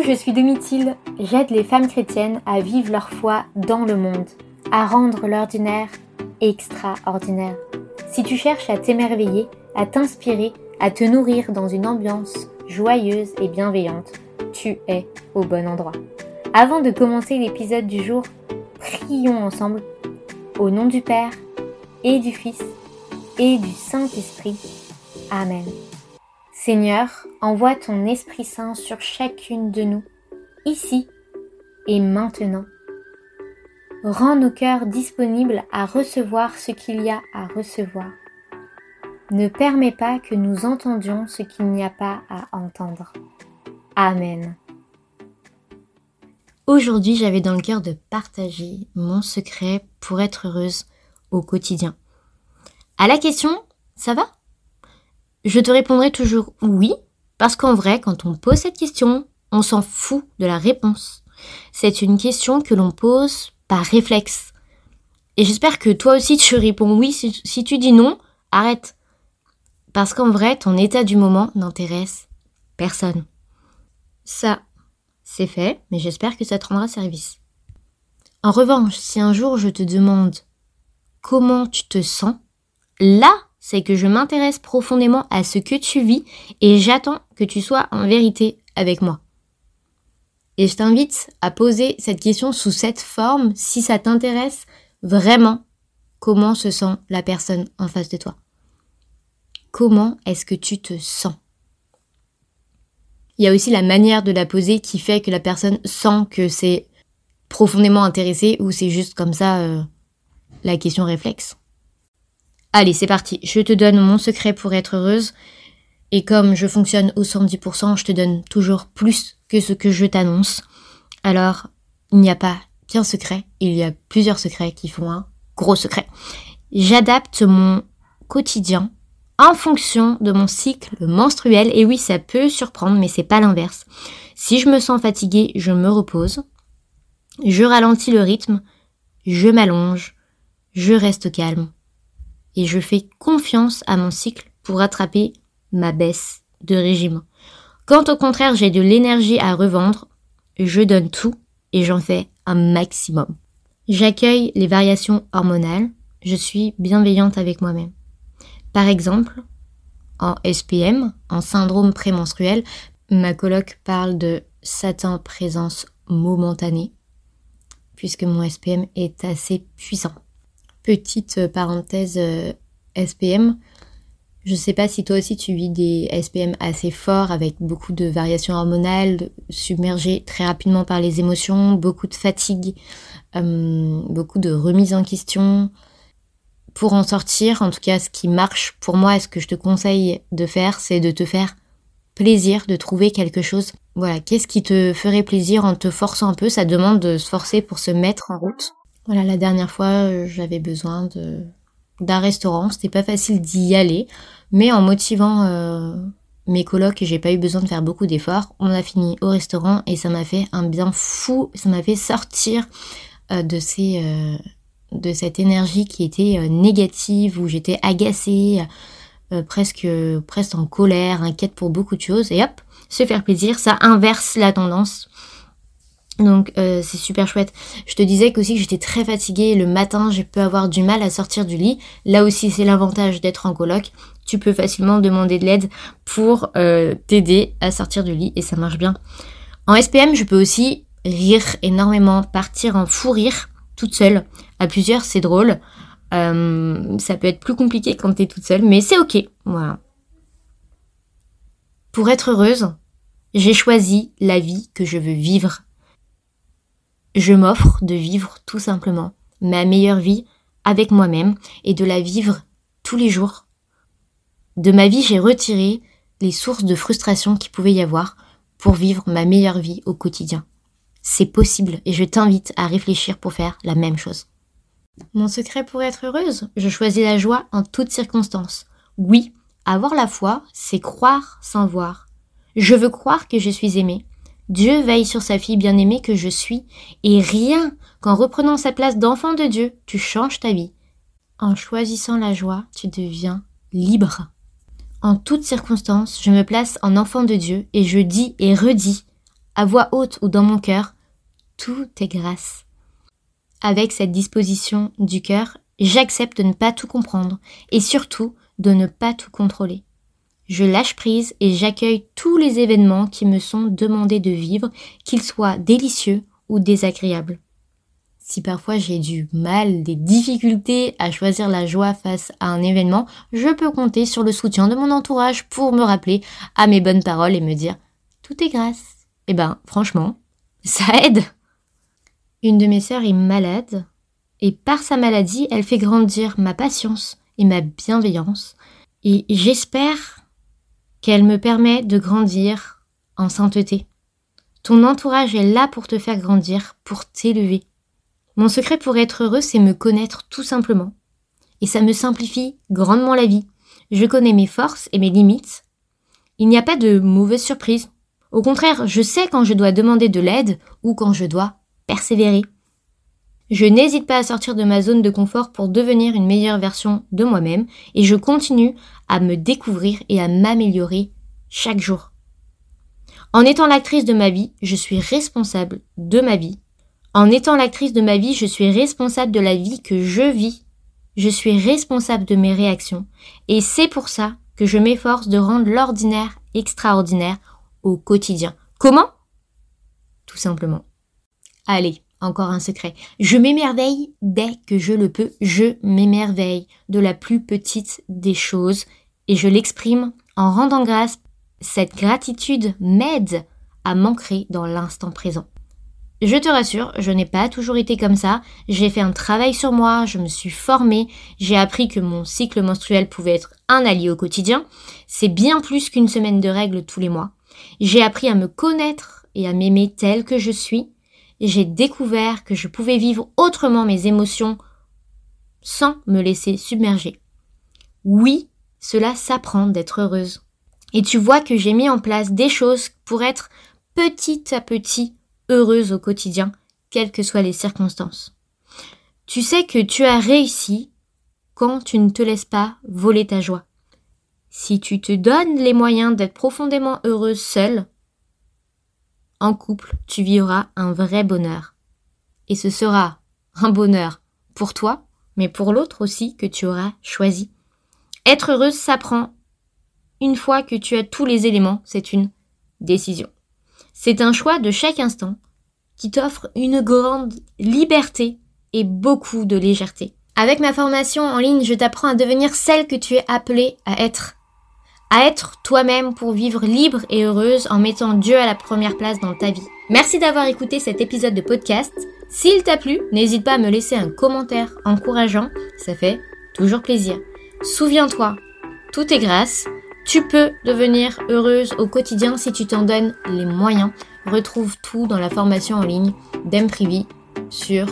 Coucou, je suis Domitille. J'aide les femmes chrétiennes à vivre leur foi dans le monde, à rendre l'ordinaire extraordinaire. Si tu cherches à t'émerveiller, à t'inspirer, à te nourrir dans une ambiance joyeuse et bienveillante, tu es au bon endroit. Avant de commencer l'épisode du jour, prions ensemble au nom du Père et du Fils et du Saint-Esprit. Amen. Seigneur, envoie ton Esprit Saint sur chacune de nous, ici et maintenant. Rends nos cœurs disponibles à recevoir ce qu'il y a à recevoir. Ne permets pas que nous entendions ce qu'il n'y a pas à entendre. Amen. Aujourd'hui, j'avais dans le cœur de partager mon secret pour être heureuse au quotidien. À la question, ça va ? Je te répondrai toujours oui, parce qu'en vrai, quand on pose cette question, on s'en fout de la réponse. C'est une question que l'on pose par réflexe. Et j'espère que toi aussi tu réponds oui. Si tu dis non, arrête. Parce qu'en vrai, ton état du moment n'intéresse personne. Ça, c'est fait, mais j'espère que ça te rendra service. En revanche, si un jour je te demande comment tu te sens, là, c'est que je m'intéresse profondément à ce que tu vis et j'attends que tu sois en vérité avec moi. Et je t'invite à poser cette question sous cette forme si ça t'intéresse vraiment comment se sent la personne en face de toi. Comment est-ce que tu te sens ? Il y a aussi la manière de la poser qui fait que la personne sent que c'est profondément intéressé ou c'est juste comme ça la question réflexe. Allez, c'est parti, je te donne mon secret pour être heureuse. Et comme je fonctionne au 110%, je te donne toujours plus que ce que je t'annonce. Alors, il n'y a pas qu'un secret, il y a plusieurs secrets qui font un gros secret. J'adapte mon quotidien en fonction de mon cycle menstruel. Et oui, ça peut surprendre, mais c'est pas l'inverse. Si je me sens fatiguée, je me repose. Je ralentis le rythme, je m'allonge, je reste calme. Et je fais confiance à mon cycle pour rattraper ma baisse de régime. Quand au contraire j'ai de l'énergie à revendre, je donne tout et j'en fais un maximum. J'accueille les variations hormonales, je suis bienveillante avec moi-même. Par exemple, en SPM, en syndrome prémenstruel, ma coloc parle de satin présence momentanée, puisque mon SPM est assez puissant. Petite parenthèse SPM, je sais pas si toi aussi tu vis des SPM assez forts avec beaucoup de variations hormonales, submergées très rapidement par les émotions, beaucoup de fatigue, beaucoup de remise en question. Pour en sortir, en tout cas ce qui marche pour moi et ce que je te conseille de faire, c'est de te faire plaisir, de trouver quelque chose. Voilà, qu'est-ce qui te ferait plaisir en te forçant un peu ? Ça demande de se forcer pour se mettre en route. Voilà, la dernière fois, j'avais besoin d'un restaurant. C'était pas facile d'y aller, mais en motivant mes colocs, j'ai pas eu besoin de faire beaucoup d'efforts. On a fini au restaurant et ça m'a fait un bien fou. Ça m'a fait sortir de cette énergie qui était négative, où j'étais agacée, presque en colère, inquiète pour beaucoup de choses. Et hop, se faire plaisir, ça inverse la tendance. Donc c'est super chouette. Je te disais qu'aussi que j'étais très fatiguée le matin, je peux avoir du mal à sortir du lit. Là aussi c'est l'avantage d'être en coloc. Tu peux facilement demander de l'aide pour t'aider à sortir du lit et ça marche bien. En SPM, je peux aussi rire énormément, partir en fou rire toute seule. À plusieurs, c'est drôle. Ça peut être plus compliqué quand t'es toute seule, mais c'est ok. Voilà. Pour être heureuse, j'ai choisi la vie que je veux vivre. Je m'offre de vivre tout simplement ma meilleure vie avec moi-même et de la vivre tous les jours. De ma vie, j'ai retiré les sources de frustration qu'il pouvait y avoir pour vivre ma meilleure vie au quotidien. C'est possible et je t'invite à réfléchir pour faire la même chose. Mon secret pour être heureuse, je choisis la joie en toutes circonstances. Oui, avoir la foi, c'est croire sans voir. Je veux croire que je suis aimée. Dieu veille sur sa fille bien-aimée que je suis, et rien qu'en reprenant sa place d'enfant de Dieu, tu changes ta vie. En choisissant la joie, tu deviens libre. En toutes circonstances, je me place en enfant de Dieu et je dis et redis à voix haute ou dans mon cœur, tout est grâce. Avec cette disposition du cœur, j'accepte de ne pas tout comprendre et surtout de ne pas tout contrôler. Je lâche prise et j'accueille tous les événements qui me sont demandés de vivre, qu'ils soient délicieux ou désagréables. Si parfois j'ai du mal, des difficultés à choisir la joie face à un événement, je peux compter sur le soutien de mon entourage pour me rappeler à mes bonnes paroles et me dire « tout est grâce ». Eh ben, franchement, ça aide. Une de mes sœurs est malade et par sa maladie, elle fait grandir ma patience et ma bienveillance et j'espère qu'elle me permet de grandir en sainteté. Ton entourage est là pour te faire grandir, pour t'élever. Mon secret pour être heureux, c'est me connaître tout simplement. Et ça me simplifie grandement la vie. Je connais mes forces et mes limites. Il n'y a pas de mauvaise surprise. Au contraire, je sais quand je dois demander de l'aide ou quand je dois persévérer. Je n'hésite pas à sortir de ma zone de confort pour devenir une meilleure version de moi-même et je continue à me découvrir et à m'améliorer chaque jour. En étant l'actrice de ma vie, je suis responsable de ma vie. En étant l'actrice de ma vie, je suis responsable de la vie que je vis. Je suis responsable de mes réactions. Et c'est pour ça que je m'efforce de rendre l'ordinaire extraordinaire au quotidien. Comment ? Tout simplement. Allez, encore un secret. Je m'émerveille dès que je le peux. Je m'émerveille de la plus petite des choses et je l'exprime en rendant grâce. Cette gratitude m'aide à m'ancrer dans l'instant présent. Je te rassure, je n'ai pas toujours été comme ça. J'ai fait un travail sur moi, je me suis formée, j'ai appris que mon cycle menstruel pouvait être un allié au quotidien. C'est bien plus qu'une semaine de règles tous les mois. J'ai appris à me connaître et à m'aimer telle que je suis. J'ai découvert que je pouvais vivre autrement mes émotions sans me laisser submerger. Oui, cela s'apprend d'être heureuse. Et tu vois que j'ai mis en place des choses pour être petit à petit heureuse au quotidien, quelles que soient les circonstances. Tu sais que tu as réussi quand tu ne te laisses pas voler ta joie. Si tu te donnes les moyens d'être profondément heureuse seule, en couple, tu vivras un vrai bonheur. Et ce sera un bonheur pour toi, mais pour l'autre aussi que tu auras choisi. Être heureuse s'apprend une fois que tu as tous les éléments, c'est une décision. C'est un choix de chaque instant qui t'offre une grande liberté et beaucoup de légèreté. Avec ma formation en ligne, je t'apprends à devenir celle que tu es appelée à être. À être toi-même pour vivre libre et heureuse en mettant Dieu à la première place dans ta vie. Merci d'avoir écouté cet épisode de podcast. S'il t'a plu, n'hésite pas à me laisser un commentaire encourageant, ça fait toujours plaisir. Souviens-toi, tout est grâce. Tu peux devenir heureuse au quotidien si tu t'en donnes les moyens. Retrouve tout dans la formation en ligne d'Mprivy sur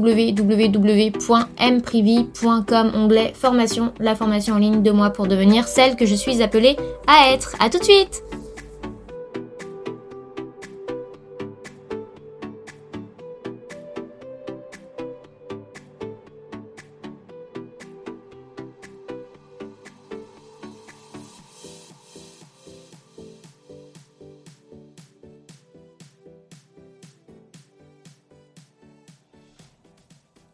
www.mprivy.com, onglet formation, la formation en ligne de moi pour devenir celle que je suis appelée à être. À tout de suite!